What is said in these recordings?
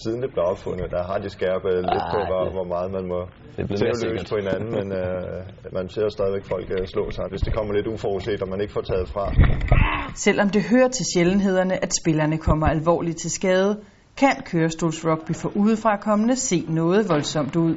siden det blev opfundet, der har de skærpet lidt på, hvor meget man må tæve løs på hinanden, men man ser stadigvæk folk slå sig, hvis det kommer lidt uforudset, og man ikke får taget fra. Selvom det hører til sjældenhederne, at spillerne kommer alvorligt til skade, kan kørestolsrugby for udefrakommende se noget voldsomt ud.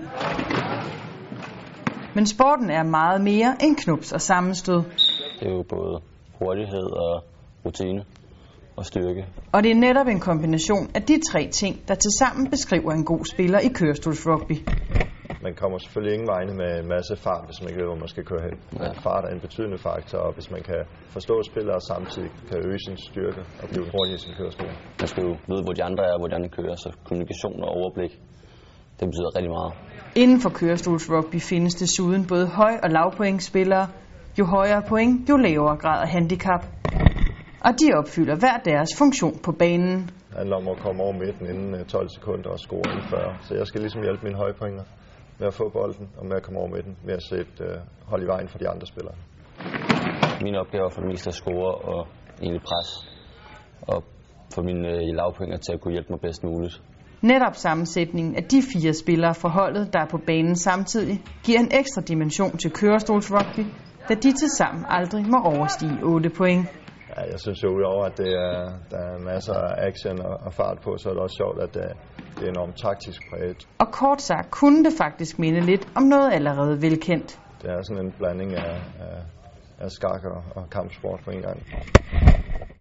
Men sporten er meget mere end knups og sammenstød. Det er jo både hurtighed og rutine og styrke. Og det er netop en kombination af de tre ting, der tilsammen beskriver en god spiller i kørestolsrugby. Man kommer selvfølgelig ingen vegne med en masse fart, hvis man ikke ved, hvor man skal køre hen. Ja. Fart er en betydende faktor, og hvis man kan forstå spillere og samtidig kan øge sin styrke og blive hurtig i sin kørestol. Man skal jo vide, hvor de andre er, hvor de andre kører, så kommunikation og overblik, det betyder rigtig meget. Inden for kørestolsrugby findes desuden både høj- og lavpointspillere. Jo højere point, jo lavere grad af handicap. Og de opfylder hver deres funktion på banen. Det handler om at komme over midten inden 12 sekunder og score inden 40. Så jeg skal ligesom hjælpe mine højpointer med at få bolden og med at komme over midten, med at sætte hold i vejen for de andre spillere. Min opgave er for det meste at score og egentlig pres og få mine lavpointer til at kunne hjælpe mig bedst muligt. Netop sammensætningen af de 4 spillere fra holdet, der er på banen samtidig, giver en ekstra dimension til kørestolsrugby, da de tilsammen aldrig må overstige 8 point. Ja, jeg synes jo udover, at der er masser af action og fart på, så er det også sjovt, at det er enormt taktisk præget. Og kort sagt kunne det faktisk minde lidt om noget allerede velkendt. Det er sådan en blanding af skak og kampsport på en gang.